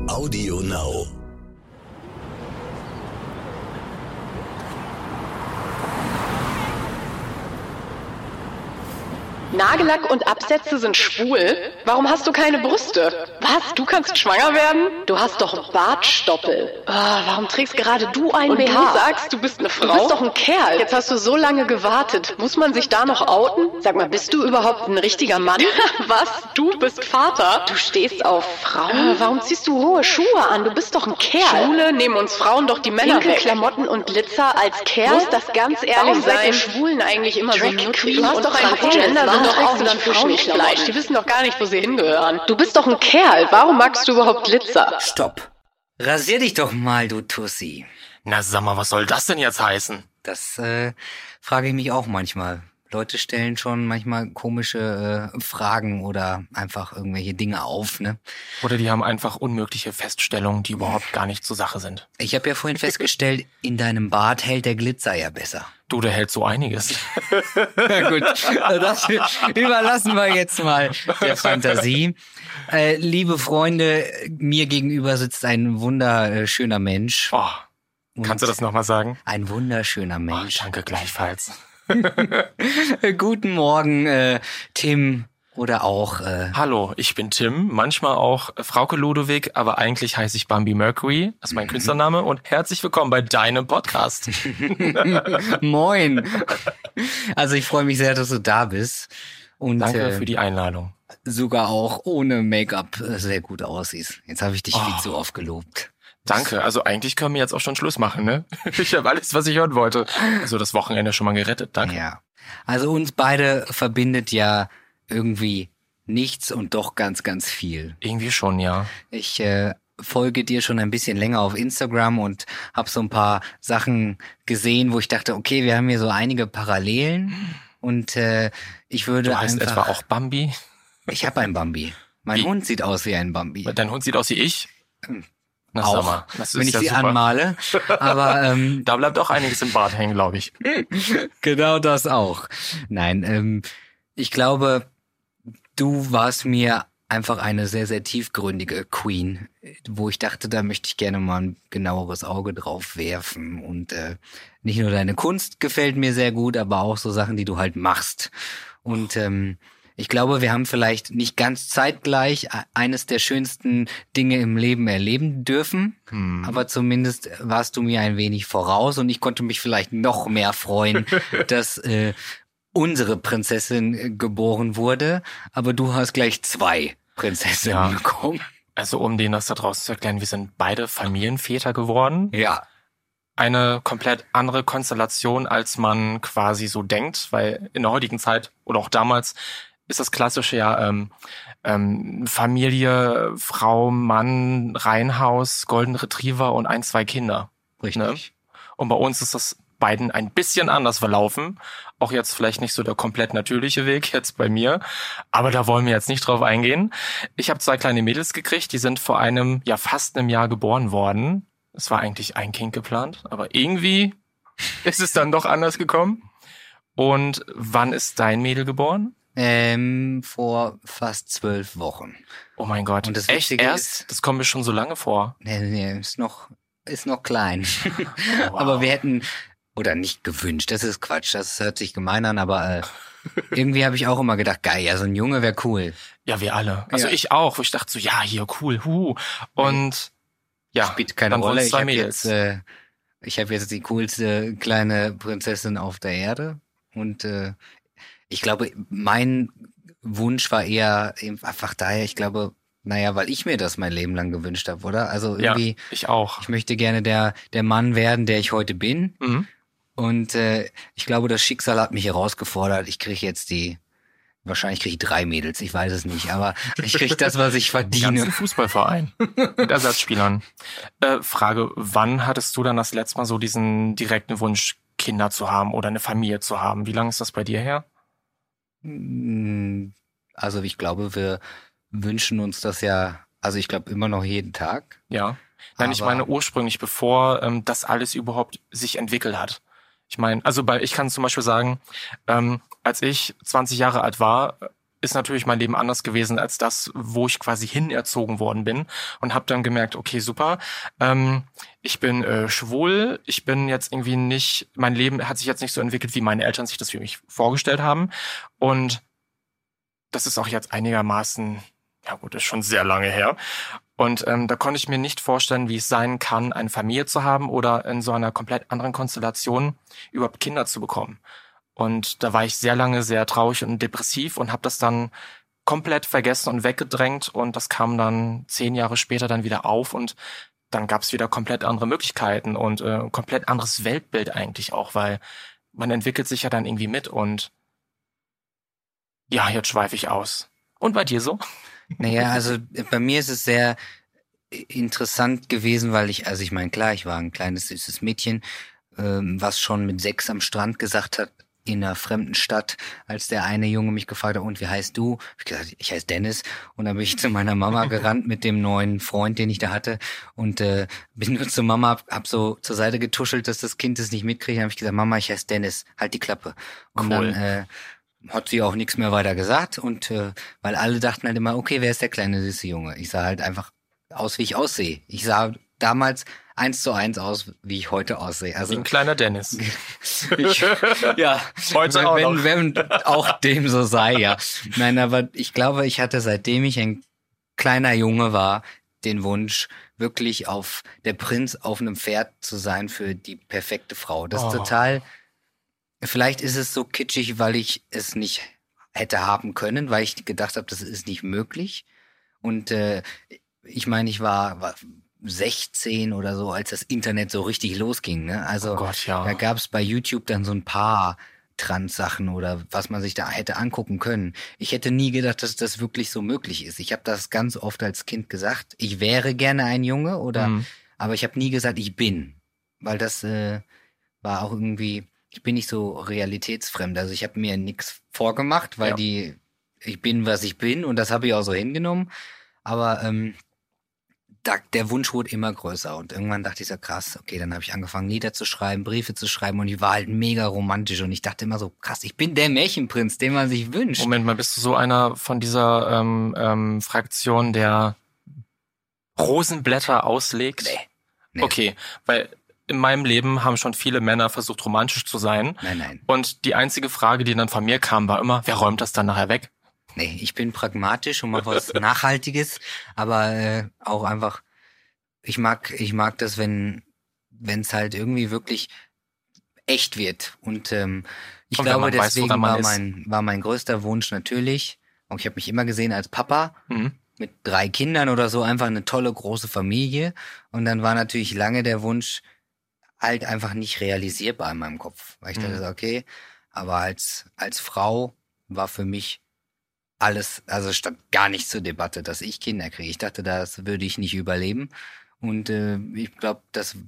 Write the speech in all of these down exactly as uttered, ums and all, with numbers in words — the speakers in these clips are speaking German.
Audio Now. Nagellack und Absätze sind schwul? Warum hast du keine Brüste? Was? Du kannst schwanger werden? Du hast doch Bartstoppel. Oh, warum trägst gerade du einen und B H? Du sagst, du bist eine Frau? Du bist doch ein Kerl. Jetzt hast du so lange gewartet. Muss man sich da noch outen? Sag mal, bist du überhaupt ein richtiger Mann? Was? Du bist Vater? Du stehst auf Frauen? Oh, warum ziehst du hohe Schuhe an? Du bist doch ein Kerl. Schwule nehmen uns Frauen doch die Männer weg. Klamotten und Glitzer als Kerl? Muss das ganz ehrlich sein? Schwulen eigentlich immer Drag so Queen und doch ein Gender sind doch auch dann Frauenfleisch. Die wissen doch gar nicht, wo sie hingehören. Du bist doch ein Kerl. Warum magst du überhaupt Glitzer? Stopp. Rasier dich doch mal, du Tussi. Na sag mal, was soll das denn jetzt heißen? Das äh, frage ich mich auch manchmal. Leute stellen schon manchmal komische äh, Fragen oder einfach irgendwelche Dinge auf, ne? Oder die haben einfach unmögliche Feststellungen, die überhaupt gar nicht zur Sache sind. Ich habe ja vorhin festgestellt, in deinem Bart hält der Glitzer ja besser. Du, der hält so einiges. Na gut, das überlassen wir jetzt mal der Fantasie. Äh, liebe Freunde, mir gegenüber sitzt ein wunderschöner Mensch. Oh, kannst du das nochmal sagen? Ein wunderschöner Mensch. Oh, danke gleichfalls. Guten Morgen, äh, Tim oder auch... Äh Hallo, ich bin Tim, manchmal auch Frauke Ludowig, aber eigentlich heiße ich Bambi Mercury, das ist mein mhm. Künstlername, und herzlich willkommen bei deinem Podcast. Moin. Also ich freue mich sehr, dass du da bist. Und, danke äh, für die Einladung. Sogar auch ohne Make-up sehr gut aussiehst. Jetzt habe ich dich oh. viel zu oft gelobt. Danke, also eigentlich können wir jetzt auch schon Schluss machen, ne? Ich habe alles, was ich hören wollte. Also das Wochenende schon mal gerettet, danke. Ja, also uns beide verbindet ja irgendwie nichts und doch ganz, ganz viel. Irgendwie schon, ja. Ich äh, folge dir schon ein bisschen länger auf Instagram und habe so ein paar Sachen gesehen, wo ich dachte, okay, wir haben hier so einige Parallelen und äh, ich würde Du heißt einfach... etwa auch Bambi? Ich habe einen Bambi. Mein wie? Hund sieht aus wie ein Bambi. Dein Hund sieht aus wie ich? Na, auch, mal, wenn ich ja sie super. anmale. Aber ähm, da bleibt auch einiges im Bart hängen, glaube ich. Genau das auch. Nein, ähm, ich glaube, du warst mir einfach eine sehr, sehr tiefgründige Queen, wo ich dachte, da möchte ich gerne mal ein genaueres Auge drauf werfen. Und äh, nicht nur deine Kunst gefällt mir sehr gut, aber auch so Sachen, die du halt machst. Und ähm, ich glaube, wir haben vielleicht nicht ganz zeitgleich eines der schönsten Dinge im Leben erleben dürfen, hm. aber zumindest warst du mir ein wenig voraus und ich konnte mich vielleicht noch mehr freuen, dass äh, unsere Prinzessin geboren wurde, aber du hast gleich zwei Prinzessinnen ja. bekommen. Also um denen das da draußen zu erklären, wir sind beide Familienväter geworden. Ja. Eine komplett andere Konstellation, als man quasi so denkt, weil in der heutigen Zeit oder auch damals ist das klassische ja ähm, ähm, Familie, Frau, Mann, Reihenhaus, Golden Retriever und ein, zwei Kinder. Richtig. Ne? Und bei uns ist das beiden ein bisschen anders verlaufen. Auch jetzt vielleicht nicht so der komplett natürliche Weg jetzt bei mir. Aber da wollen wir jetzt nicht drauf eingehen. Ich habe zwei kleine Mädels gekriegt, die sind vor einem, ja fast einem Jahr geboren worden. Es war eigentlich ein Kind geplant, aber irgendwie ist es dann doch anders gekommen. Und wann ist dein Mädel geboren? Ähm, vor fast zwölf Wochen. Oh mein Gott. Und das echt erst? Ist, das kommt mir schon so lange vor. Nee, nee, ist noch, ist noch klein. Wow. Aber wir hätten, oder nicht gewünscht, das ist Quatsch, das hört sich gemein an, aber äh, irgendwie habe ich auch immer gedacht, geil, ja, so ein Junge wäre cool. Ja, wir alle. Also ja. ich auch, wo ich dachte so, ja, hier, cool, hu. Und ja, spielt keine dann Rolle. Ich zwei habe Mädels. jetzt, äh, ich habe jetzt die coolste kleine Prinzessin auf der Erde und äh, ich glaube, mein Wunsch war eher einfach daher, ich glaube, naja, weil ich mir das mein Leben lang gewünscht habe, oder? Also irgendwie, ja, ich auch. Ich möchte gerne der der Mann werden, der ich heute bin. Mhm. Und äh, ich glaube, das Schicksal hat mich herausgefordert. Ich kriege jetzt die, wahrscheinlich kriege ich drei Mädels, ich weiß es nicht, aber ich kriege das, was ich verdiene. Den ganzen Fußballverein mit Ersatzspielern. Äh, Frage, wann hattest du dann das letzte Mal so diesen direkten Wunsch, Kinder zu haben oder eine Familie zu haben? Wie lange ist das bei dir her? Also ich glaube, wir wünschen uns das ja, also ich glaube immer noch jeden Tag. Ja, nein, ich meine ursprünglich, bevor ähm, das alles überhaupt sich entwickelt hat. Ich meine, also bei, ich kann zum Beispiel sagen, ähm, als ich zwanzig Jahre alt war, ist natürlich mein Leben anders gewesen als das, wo ich quasi hinerzogen worden bin und habe dann gemerkt, okay, super, ähm, ich bin äh, schwul, ich bin jetzt irgendwie nicht, mein Leben hat sich jetzt nicht so entwickelt, wie meine Eltern sich das für mich vorgestellt haben und das ist auch jetzt einigermaßen, ja gut, ist schon sehr lange her und ähm, da konnte ich mir nicht vorstellen, wie es sein kann, eine Familie zu haben oder in so einer komplett anderen Konstellation überhaupt Kinder zu bekommen. Und da war ich sehr lange sehr traurig und depressiv und habe das dann komplett vergessen und weggedrängt. Und das kam dann zehn Jahre später dann wieder auf. Und dann gab es wieder komplett andere Möglichkeiten und äh, komplett anderes Weltbild eigentlich auch, weil man entwickelt sich ja dann irgendwie mit. Und ja, jetzt schweife ich aus. Und bei dir so? Naja, also bei mir ist es sehr interessant gewesen, weil ich, also ich meine, klar, ich war ein kleines, süßes Mädchen, ähm, was schon mit sechs am Strand gesagt hat, in einer fremden Stadt, als der eine Junge mich gefragt hat, und wie heißt du? Ich gesagt, ich heiße Dennis. Und dann bin ich zu meiner Mama gerannt mit dem neuen Freund, den ich da hatte, und äh, bin nur zur Mama, hab, hab so zur Seite getuschelt, dass das Kind es nicht mitkriegt. Dann habe ich gesagt, Mama, ich heiße Dennis, halt die Klappe. Und cool. dann äh, hat sie auch nichts mehr weiter gesagt, und äh, weil alle dachten halt immer, okay, wer ist der kleine süße Junge? Ich sah halt einfach aus, wie ich aussehe. Ich sah damals eins zu eins aus, wie ich heute aussehe. Also wie ein kleiner Dennis. ich, ja, heute wenn, auch wenn, noch. wenn auch dem so sei, ja. Nein, aber ich glaube, ich hatte, seitdem ich ein kleiner Junge war, den Wunsch, wirklich auf der Prinz auf einem Pferd zu sein für die perfekte Frau. Das ist Oh. total, vielleicht ist es so kitschig, weil ich es nicht hätte haben können, weil ich gedacht habe, das ist nicht möglich. Und äh, ich meine, ich war, war sechzehn oder so, als das Internet so richtig losging. Ne? Also Oh Gott, ja. da gab es bei YouTube dann so ein paar Trans-Sachen oder was man sich da hätte angucken können. Ich hätte nie gedacht, dass das wirklich so möglich ist. Ich habe das ganz oft als Kind gesagt, ich wäre gerne ein Junge, oder, Mhm. aber ich habe nie gesagt, ich bin. Weil das äh, war auch irgendwie, ich bin nicht so realitätsfremd. Also ich habe mir nichts vorgemacht, weil Ja. die, ich bin, was ich bin, und das habe ich auch so hingenommen. Aber ähm, da, der Wunsch wurde immer größer, und irgendwann dachte ich so, krass, okay, dann habe ich angefangen, Lieder zu schreiben, Briefe zu schreiben, und ich war halt mega romantisch, und ich dachte immer so, krass, ich bin der Märchenprinz, den man sich wünscht. Moment mal, bist du so einer von dieser ähm, ähm, Fraktion, der Rosenblätter auslegt? Nee. Nee. Okay, weil in meinem Leben haben schon viele Männer versucht, romantisch zu sein. Nein, nein. Und die einzige Frage, die dann von mir kam, war immer, wer räumt das dann nachher weg? Nee, ich bin pragmatisch und mache was Nachhaltiges, aber äh, auch einfach, ich mag, ich mag das, wenn wenn es halt irgendwie wirklich echt wird. Und ähm, ich Und wenn glaube, man weiß, deswegen woran man war ist. mein war mein größter Wunsch natürlich, und ich habe mich immer gesehen als Papa Mhm. mit drei Kindern oder so, einfach eine tolle große Familie. Und dann war natürlich lange der Wunsch halt einfach nicht realisierbar in meinem Kopf, weil ich Mhm. dachte, so, okay, aber als als Frau war für mich alles, also stand gar nicht zur Debatte, dass ich Kinder kriege. Ich dachte, das würde ich nicht überleben. Und äh, ich glaube, das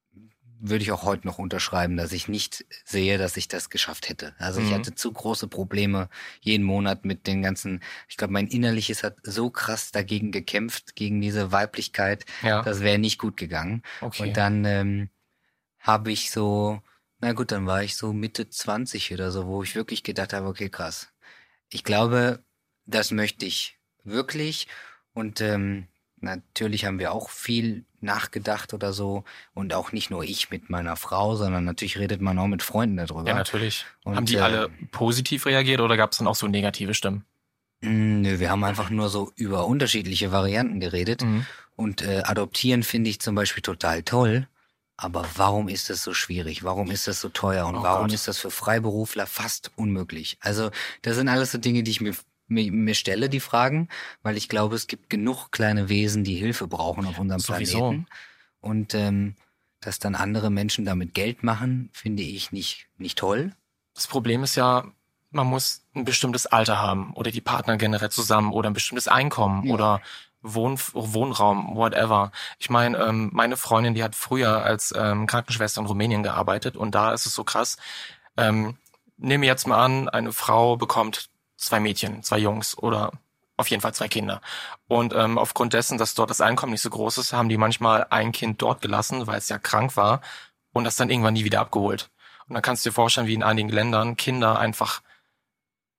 würde ich auch heute noch unterschreiben, dass ich nicht sehe, dass ich das geschafft hätte. Also ich Mhm. hatte zu große Probleme jeden Monat mit den ganzen, ich glaube, mein Innerliches hat so krass dagegen gekämpft, gegen diese Weiblichkeit, Ja, das wäre nicht gut gegangen. okay. Und dann ähm, habe ich so, na gut, dann war ich so Mitte zwanzig oder so, wo ich wirklich gedacht habe, okay, krass. Ich glaube, das möchte ich wirklich. Und ähm, natürlich haben wir auch viel nachgedacht oder so. Und auch nicht nur ich mit meiner Frau, sondern natürlich redet man auch mit Freunden darüber. Ja, natürlich. Und, haben die äh, alle positiv reagiert oder gab es dann auch so negative Stimmen? Mm, Nö, wir haben einfach nur so über unterschiedliche Varianten geredet. Mhm. Und äh, adoptieren finde ich zum Beispiel total toll. Aber warum ist das so schwierig? Warum ist das so teuer? Und Oh warum Gott. ist das für Freiberufler fast unmöglich? Also das sind alles so Dinge, die ich mir, mir, mir stelle, die Fragen, weil ich glaube, es gibt genug kleine Wesen, die Hilfe brauchen auf unserem Sowieso. Planeten. Und ähm, dass dann andere Menschen damit Geld machen, finde ich nicht nicht toll. Das Problem ist ja, man muss ein bestimmtes Alter haben oder die Partner generell zusammen oder ein bestimmtes Einkommen Ja. oder Wohn Wohnraum, whatever. Ich meine, ähm, meine Freundin, die hat früher als ähm, Krankenschwester in Rumänien gearbeitet und da ist es so krass. Ähm, nehme jetzt mal an, eine Frau bekommt zwei Mädchen, zwei Jungs oder auf jeden Fall zwei Kinder. Und ähm, aufgrund dessen, dass dort das Einkommen nicht so groß ist, haben die manchmal ein Kind dort gelassen, weil es ja krank war und das dann irgendwann nie wieder abgeholt. Und dann kannst du dir vorstellen, wie in einigen Ländern Kinder einfach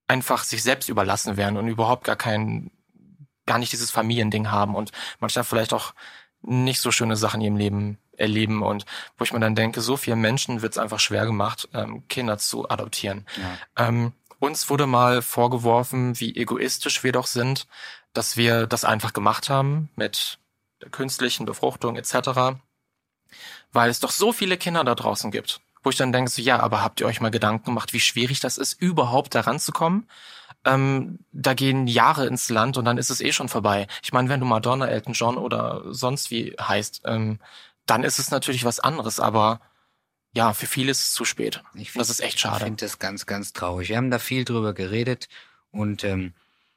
einfach sich selbst überlassen werden und überhaupt gar kein, gar nicht dieses Familiending haben und manchmal vielleicht auch nicht so schöne Sachen in ihrem Leben erleben und wo ich mir dann denke, so vielen Menschen wird es einfach schwer gemacht, ähm, Kinder zu adoptieren. Ja. Ähm, uns wurde mal vorgeworfen, wie egoistisch wir doch sind, dass wir das einfach gemacht haben mit der künstlichen Befruchtung et cetera, weil es doch so viele Kinder da draußen gibt. Wo ich dann denke, so, ja, aber habt ihr euch mal Gedanken gemacht, wie schwierig das ist, überhaupt da ranzukommen? Ähm, da gehen Jahre ins Land und dann ist es eh schon vorbei. Ich meine, wenn du Madonna, Elton John oder sonst wie heißt, ähm, dann ist es natürlich was anderes, aber ja, für viele ist es zu spät. Ich find, das ist echt schade. Ich finde das ganz, ganz traurig. Wir haben da viel drüber geredet und ähm,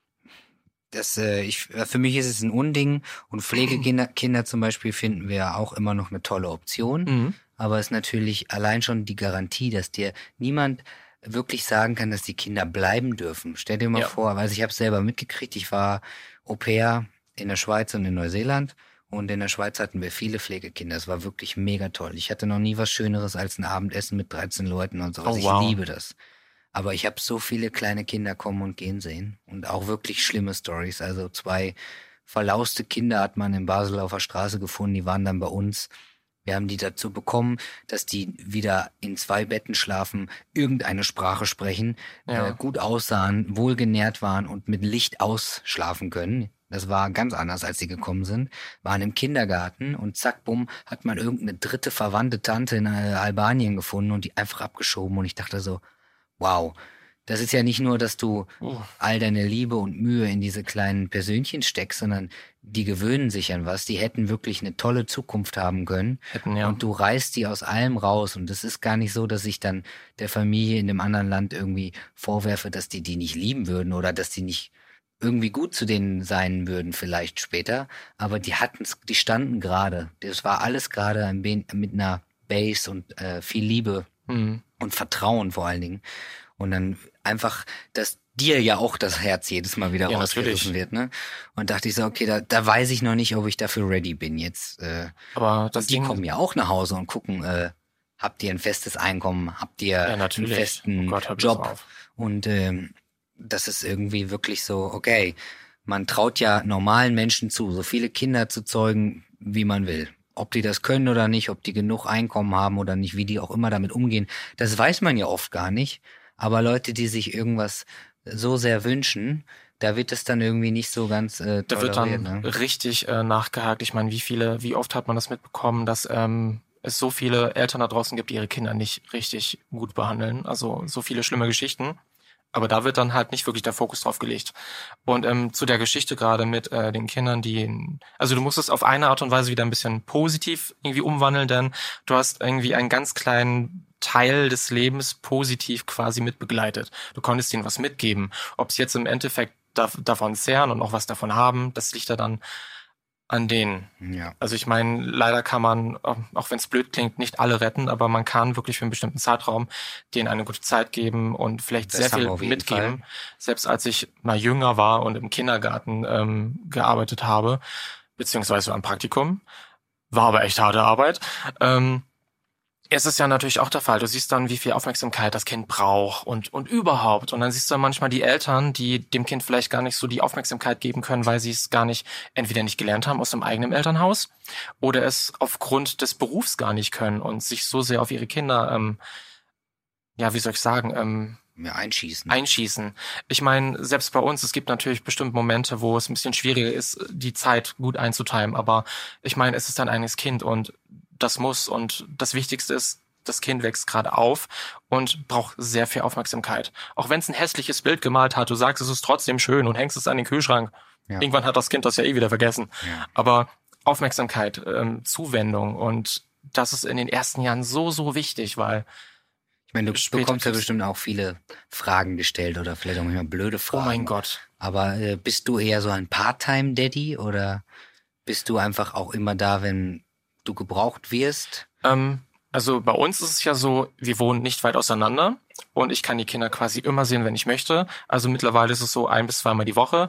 das, äh, ich, für mich ist es ein Unding und Pflegekinder Kinder zum Beispiel finden wir auch immer noch eine tolle Option. Mhm. Aber es ist natürlich allein schon die Garantie, dass dir niemand wirklich sagen kann, dass die Kinder bleiben dürfen. Stell dir mal ja. vor, also ich habe es selber mitgekriegt, ich war Au-pair in der Schweiz und in Neuseeland und in der Schweiz hatten wir viele Pflegekinder. Es war wirklich mega toll. Ich hatte noch nie was Schöneres als ein Abendessen mit dreizehn Leuten und sowas. Oh, wow. Ich liebe das. Aber ich habe so viele kleine Kinder kommen und gehen sehen und auch wirklich schlimme Storys. Also zwei verlauste Kinder hat man in Basel auf der Straße gefunden, die waren dann bei uns. Wir haben die dazu bekommen, dass die wieder in zwei Betten schlafen, irgendeine Sprache sprechen, ja. äh, gut aussahen, wohlgenährt waren und mit Licht ausschlafen können. Das war ganz anders, als sie gekommen sind. Waren im Kindergarten und zack, bumm, hat man irgendeine dritte verwandte Tante in äh, Albanien gefunden und die einfach abgeschoben. Und ich dachte so, wow, das ist ja nicht nur, dass du oh. all deine Liebe und Mühe in diese kleinen Persönchen steckst, sondern die gewöhnen sich an was. Die hätten wirklich eine tolle Zukunft haben können. Hätten, ja. Und du reißt die aus allem raus. Und es ist gar nicht so, dass ich dann der Familie in dem anderen Land irgendwie vorwerfe, dass die die nicht lieben würden oder dass die nicht irgendwie gut zu denen sein würden vielleicht später. Aber die hatten's, die standen gerade. Das war alles gerade mit einer Base und äh, viel Liebe mhm. und Vertrauen vor allen Dingen. Und dann einfach, dass dir ja auch das Herz jedes Mal wieder ja, rausgerissen wird, ne? Und dachte ich so, okay, da, da weiß ich noch nicht, ob ich dafür ready bin jetzt. Äh, Aber das die Ding kommen ja auch nach Hause und gucken, äh, habt ihr ein festes Einkommen, habt ihr ja, einen festen oh Gott, Job? Und ähm, das ist irgendwie wirklich so, okay, man traut ja normalen Menschen zu, so viele Kinder zu zeugen, wie man will. Ob die das können oder nicht, ob die genug Einkommen haben oder nicht, wie die auch immer damit umgehen, das weiß man ja oft gar nicht. Aber Leute, die sich irgendwas so sehr wünschen, da wird es dann irgendwie nicht so ganz äh, da wird dann ne? richtig äh, nachgehakt. Ich meine, wie viele, wie oft hat man das mitbekommen, dass ähm, es so viele Eltern da draußen gibt, die ihre Kinder nicht richtig gut behandeln. Also so viele schlimme Geschichten. Aber da wird dann halt nicht wirklich der Fokus drauf gelegt. Und ähm, zu der Geschichte gerade mit äh, den Kindern, die, also du musst es auf eine Art und Weise wieder ein bisschen positiv irgendwie umwandeln, denn du hast irgendwie einen ganz kleinen Teil des Lebens positiv quasi mitbegleitet. Du konntest ihnen was mitgeben. Ob sie jetzt im Endeffekt da, davon zehren und auch was davon haben, das liegt da dann an denen. Ja. Also ich meine, leider kann man, auch wenn es blöd klingt, nicht alle retten, aber man kann wirklich für einen bestimmten Zeitraum denen eine gute Zeit geben und vielleicht das sehr viel mitgeben. Fall. Selbst als ich mal jünger war und im Kindergarten ähm, gearbeitet habe, beziehungsweise am Praktikum, war aber echt harte Arbeit, ähm, es ist ja natürlich auch der Fall. Du siehst dann, wie viel Aufmerksamkeit das Kind braucht und und überhaupt. Und dann siehst du manchmal die Eltern, die dem Kind vielleicht gar nicht so die Aufmerksamkeit geben können, weil sie es gar nicht, entweder nicht gelernt haben aus dem eigenen Elternhaus oder es aufgrund des Berufs gar nicht können und sich so sehr auf ihre Kinder, ähm, ja, wie soll ich sagen, ähm, ja, einschießen. Einschießen. Ich meine, selbst bei uns, es gibt natürlich bestimmt Momente, wo es ein bisschen schwieriger ist, die Zeit gut einzutimen. Aber ich meine, es ist dein eigenes Kind und das muss. Und das Wichtigste ist, das Kind wächst gerade auf und braucht sehr viel Aufmerksamkeit. Auch wenn es ein hässliches Bild gemalt hat, du sagst, es ist trotzdem schön und hängst es an den Kühlschrank. Ja. Irgendwann hat das Kind das ja eh wieder vergessen. Ja. Aber Aufmerksamkeit, ähm, Zuwendung und das ist in den ersten Jahren so, so wichtig, weil ich meine, du bekommst ja bestimmt auch viele Fragen gestellt oder vielleicht auch immer blöde Fragen. Oh mein Gott. Aber äh, bist du eher so ein Part-Time-Daddy oder bist du einfach auch immer da, wenn du gebraucht wirst? Ähm, also bei uns ist es ja so, wir wohnen nicht weit auseinander und ich kann die Kinder quasi immer sehen, wenn ich möchte. Also mittlerweile ist es so ein bis zweimal die Woche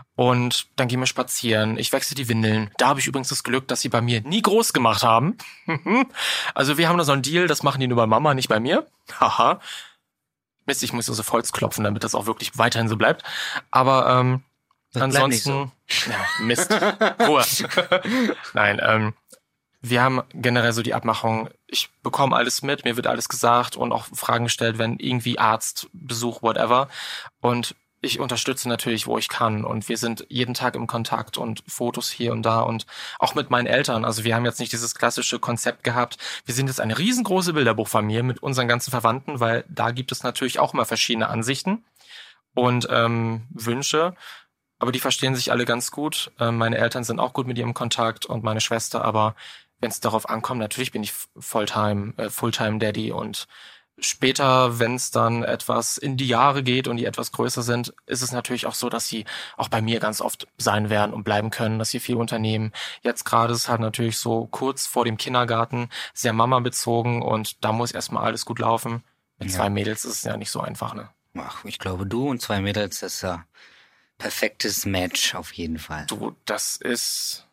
und dann gehen wir spazieren. Ich wechsle die Windeln. Da habe ich übrigens das Glück, dass sie bei mir nie groß gemacht haben. Also wir haben da so einen Deal, das machen die nur bei Mama, nicht bei mir. Haha. Mist, ich muss also auf Holz klopfen, damit das auch wirklich weiterhin so bleibt. Aber ähm, Das bleibt nicht ansonsten, ja, Mist, Ruhe. Nein, ähm, wir haben generell so die Abmachung, ich bekomme alles mit, mir wird alles gesagt und auch Fragen gestellt, wenn irgendwie Arzt, Besuch, whatever. Und ich unterstütze natürlich, wo ich kann. Und wir sind jeden Tag im Kontakt und Fotos hier und da und auch mit meinen Eltern. Also wir haben jetzt nicht dieses klassische Konzept gehabt. Wir sind jetzt eine riesengroße Bilderbuchfamilie mit unseren ganzen Verwandten, weil da gibt es natürlich auch immer verschiedene Ansichten und ähm, Wünsche. Aber die verstehen sich alle ganz gut. Ähm, meine Eltern sind auch gut mit ihrem Kontakt und meine Schwester. Aber wenn es darauf ankommt, natürlich bin ich Fulltime, äh, Fulltime Daddy und später, wenn es dann etwas in die Jahre geht und die etwas größer sind, ist es natürlich auch so, dass sie auch bei mir ganz oft sein werden und bleiben können, dass sie viel unternehmen. Jetzt gerade ist es halt natürlich so kurz vor dem Kindergarten, sehr Mama bezogen und da muss erstmal alles gut laufen. Mit Ja. zwei Mädels ist es ja nicht so einfach, ne? Ach, ich glaube, du und zwei Mädels, das ist ja perfektes Match auf jeden Fall. Du, das ist...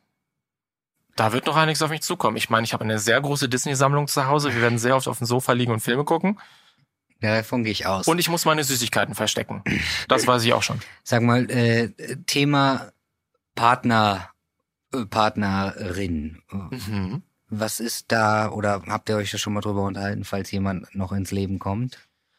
Da wird noch einiges auf mich zukommen. Ich meine, ich habe eine sehr große Disney-Sammlung zu Hause. Wir werden sehr oft auf dem Sofa liegen und Filme gucken. Ja, davon gehe ich aus. Und ich muss meine Süßigkeiten verstecken. Das weiß ich auch schon. Sag mal, äh, Thema Partner, äh, Partnerin. Mhm. Was ist da, oder habt ihr euch da schon mal drüber unterhalten, falls jemand noch ins Leben kommt?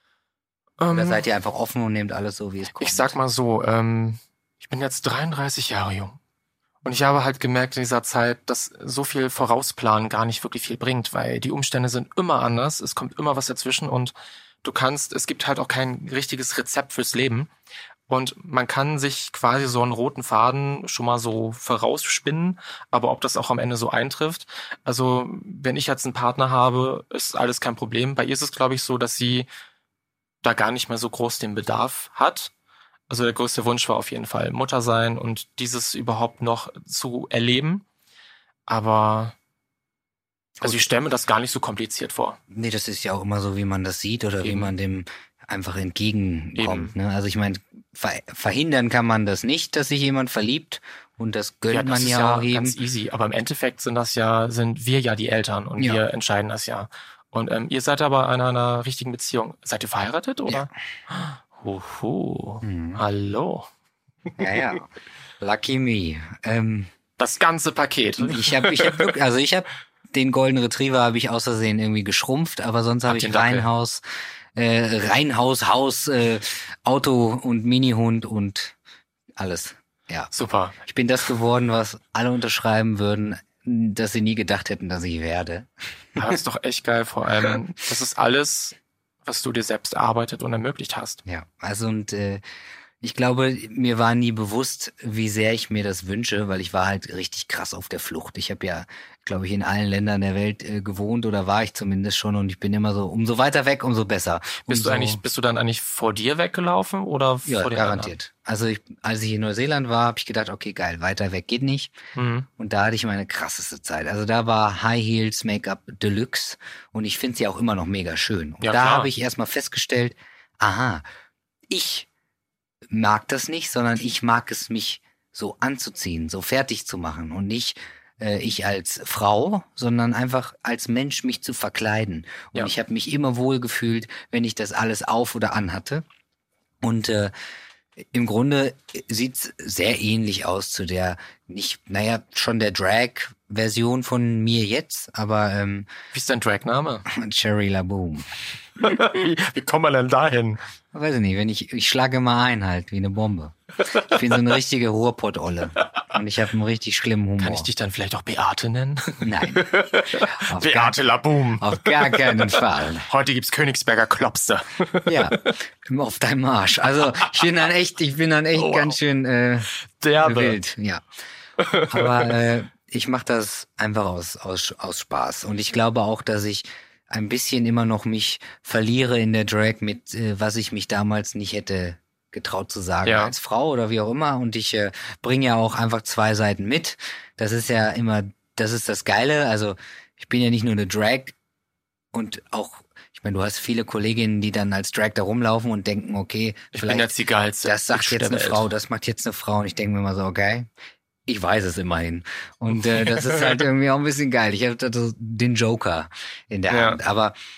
Oder Ähm, seid ihr einfach offen und nehmt alles so, wie es kommt? ich sag mal so, ähm, ich bin jetzt dreiunddreißig Jahre jung. Und ich habe halt gemerkt in dieser Zeit, dass so viel Vorausplanen gar nicht wirklich viel bringt, weil die Umstände sind immer anders, es kommt immer was dazwischen und du kannst, es gibt halt auch kein richtiges Rezept fürs Leben. Und man kann sich quasi so einen roten Faden schon mal so vorausspinnen, aber ob das auch am Ende so eintrifft. Also wenn ich jetzt einen Partner habe, ist alles kein Problem. Bei ihr ist es, glaube ich, so, dass sie da gar nicht mehr so groß den Bedarf hat. Also der größte Wunsch war auf jeden Fall Mutter sein und dieses überhaupt noch zu erleben. Aber also ich stelle mir das gar nicht so kompliziert vor. Nee, das ist ja auch immer so, wie man das sieht oder wie Eben. man dem einfach entgegenkommt. Eben. Ne? Also ich meine, ver verhindern kann man das nicht, dass sich jemand verliebt und das gönnt Ja, das man ist ja ja auch jedem. ganz easy. Aber im Endeffekt sind das ja, sind wir ja die Eltern und Ja. wir entscheiden das ja. Und ähm, ihr seid aber in einer richtigen Beziehung. Seid ihr verheiratet oder? Huhu. Mhm. Hallo. Ja, ja. Lucky me. Ähm, Das ganze Paket. ich habe, ich habe, also ich habe den Golden Retriever habe ich aus Versehen irgendwie geschrumpft, aber sonst habe Habt ich den Dackel? Reihenhaus, äh, Reihenhaus, Haus, äh, Auto und Minihund und alles. Ja. Super. Ich bin das geworden, was alle unterschreiben würden, dass sie nie gedacht hätten, dass ich werde. Das ist doch echt geil. Vor allem, das ist alles, was du dir selbst erarbeitet und ermöglicht hast. Ja, also und äh, ich glaube, mir war nie bewusst, wie sehr ich mir das wünsche, weil ich war halt richtig krass auf der Flucht. Ich habe ja, glaube ich, in allen Ländern der Welt äh, gewohnt oder war ich zumindest schon und ich bin immer so, umso weiter weg, umso besser. Bist umso, du eigentlich, bist du dann eigentlich vor dir weggelaufen oder Ja, vor den garantiert. Also ich, als ich in Neuseeland war, habe ich gedacht, okay, geil, weiter weg geht nicht. anderen? Mhm. Und da hatte ich meine krasseste Zeit. Also da war High Heels Make-up Deluxe und ich finde sie auch immer noch mega schön. Und Ja, da klar. habe ich erstmal festgestellt, aha, ich mag das nicht, sondern ich mag es, mich so anzuziehen, so fertig zu machen und nicht äh, ich als Frau, sondern einfach als Mensch mich zu verkleiden. Und Ja. ich habe mich immer wohl gefühlt, wenn ich das alles auf oder an hatte. Und äh, im Grunde sieht's sehr ähnlich aus zu der, nicht, naja, schon der Drag-Version von mir jetzt, aber ähm, Wie ist dein Dragname? Cherry LaBoom. wie, wie kommt man denn dahin? Weiß ich nicht, wenn ich, ich schlage immer ein halt, wie eine Bombe. Ich bin so eine richtige Ruhrpott-Olle. Und ich habe einen richtig schlimmen Humor. Kann ich dich dann vielleicht auch Beate nennen? Nein. Auf Beate Laboom. Gar, auf gar keinen Fall. Heute gibt's Königsberger Klopste. Ja, auf deinem Marsch. Also ich bin dann echt, ich bin dann echt Oh, wow. ganz schön äh, Derbe. wild, ja. Aber äh, ich mache das einfach aus, aus, aus Spaß. Und ich glaube auch, dass ich ein bisschen immer noch mich verliere in der Drag mit, äh, was ich mich damals nicht hätte getraut zu sagen Ja. als Frau oder wie auch immer. Und ich äh, bringe ja auch einfach zwei Seiten mit. Das ist ja immer, das ist das Geile. Also ich bin ja nicht nur eine Drag und auch, ich meine, du hast viele Kolleginnen, die dann als Drag da rumlaufen und denken, okay, Ich vielleicht bin jetzt die geilste. das sagt Bitch jetzt der eine Welt. Frau, das macht jetzt eine Frau. Und ich denke mir immer so, okay, ich weiß es immerhin. Und äh, das ist halt irgendwie auch ein bisschen geil. Ich habe da so den Joker in der Ja. Hand. Aber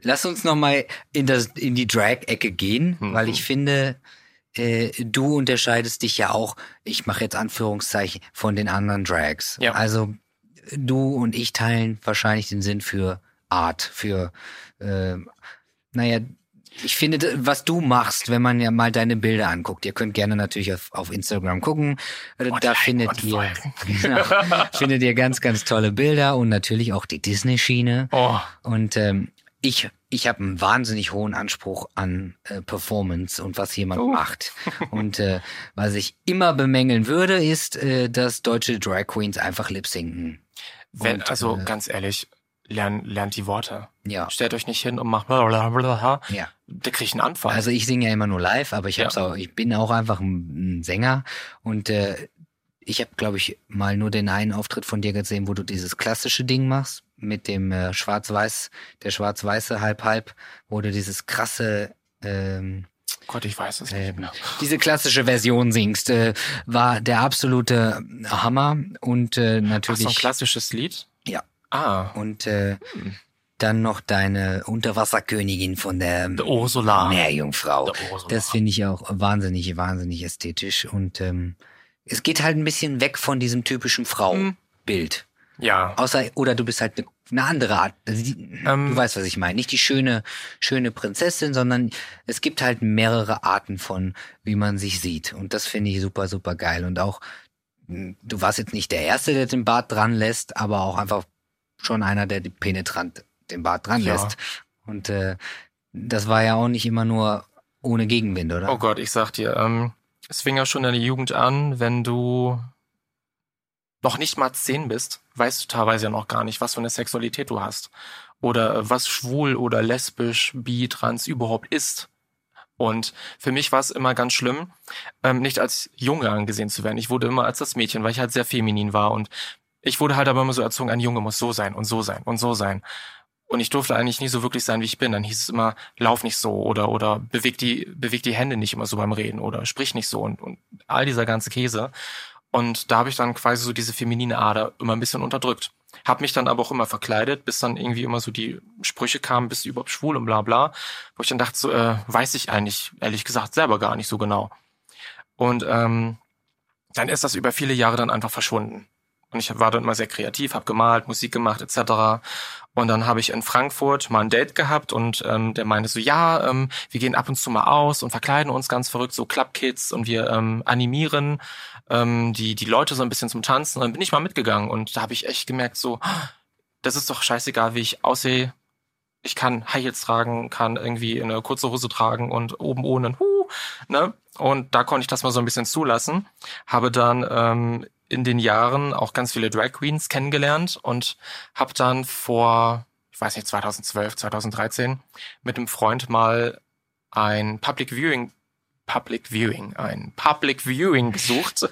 lass uns nochmal in das, in die Drag-Ecke gehen, mhm. weil ich finde, äh, du unterscheidest dich ja auch, ich mache jetzt Anführungszeichen, von den anderen Drags. Ja. Also du und ich teilen wahrscheinlich den Sinn für Art, für, äh, naja, ich finde, was du machst, wenn man ja mal deine Bilder anguckt, ihr könnt gerne natürlich auf, auf Instagram gucken, und da like findet ihr, genau, findet ihr ganz, ganz tolle Bilder und natürlich auch die Disney-Schiene. Oh. Und ähm, ich, ich habe einen wahnsinnig hohen Anspruch an äh, Performance und was jemand uh. macht. Und äh, was ich immer bemängeln würde, ist, äh, dass deutsche Drag Queens einfach lip-sinken. Wenn, und, also äh, ganz ehrlich, lernt, lernt die Worte. Ja. Stellt euch nicht hin und macht blablabla. Ja. Der kriegt einen Anfall. Also ich singe ja immer nur live, aber ich hab's Ja. auch, ich bin auch einfach ein, ein Sänger und äh, ich habe, glaube ich, mal nur den einen Auftritt von dir gesehen, wo du dieses klassische Ding machst mit dem äh, Schwarz-Weiß, der schwarz-weiße Halb-Halb, wo du dieses krasse ähm, Gott, ich weiß es nicht äh, mehr. diese klassische Version singst, äh, war der absolute Hammer und äh, Ach, natürlich so ein klassisches Lied? ja Ah, und äh, hm. dann noch deine Unterwasserkönigin von der der Ursula. Meerjungfrau. Der Ursula. Das finde ich auch wahnsinnig, wahnsinnig ästhetisch. Und ähm, es geht halt ein bisschen weg von diesem typischen Frau-Bild. Ja. Außer, oder du bist halt eine, eine andere Art. Also die, Ähm. du weißt, was ich meine. Nicht die schöne, schöne Prinzessin, sondern es gibt halt mehrere Arten von, wie man sich sieht. Und das finde ich super, super geil. Und auch, mh, du warst jetzt nicht der Erste, der den Bart dran lässt, aber auch einfach schon einer, der penetrant den Bart dran Ja. lässt. Und äh, das war ja auch nicht immer nur ohne Gegenwind, oder? Oh Gott, ich sag dir, ähm, es fing ja schon in der Jugend an, wenn du noch nicht mal zehn bist, weißt du teilweise ja noch gar nicht, was für eine Sexualität du hast. Oder äh, was schwul oder lesbisch, bi, trans überhaupt ist. Und für mich war es immer ganz schlimm, ähm, nicht als Junge angesehen zu werden. Ich wurde immer als das Mädchen, weil ich halt sehr feminin war. Und ich wurde halt aber immer so erzogen, ein Junge muss so sein und so sein und so sein. Und ich durfte eigentlich nie so wirklich sein, wie ich bin. Dann hieß es immer, lauf nicht so oder oder beweg die beweg die Hände nicht immer so beim Reden oder sprich nicht so und, und all dieser ganze Käse. Und da habe ich dann quasi so diese feminine Ader immer ein bisschen unterdrückt. Hab mich dann aber auch immer verkleidet, bis dann irgendwie immer so die Sprüche kamen, bist du überhaupt schwul und bla bla. Wo ich dann dachte, so, äh, weiß ich eigentlich, ehrlich gesagt, selber gar nicht so genau. Und ähm, dann ist das über viele Jahre dann einfach verschwunden. Und ich war dann immer sehr kreativ, habe gemalt, Musik gemacht et cetera. Und dann habe ich in Frankfurt mal ein Date gehabt und ähm, der meinte so, ja, ähm, wir gehen ab und zu mal aus und verkleiden uns ganz verrückt, so Clubkids und wir ähm, animieren ähm, die die Leute so ein bisschen zum Tanzen. Und dann bin ich mal mitgegangen und da habe ich echt gemerkt, so, das ist doch scheißegal, wie ich aussehe. Ich kann High Heels tragen, kann irgendwie eine kurze Hose tragen und oben ohne ein Huh, ne? Und da konnte ich das mal so ein bisschen zulassen. Habe dann ähm, in den Jahren auch ganz viele Drag Queens kennengelernt und habe dann vor, ich weiß nicht, zweitausendzwölf, zweitausenddreizehn mit einem Freund mal ein Public Viewing, Public Viewing, ein Public Viewing besucht.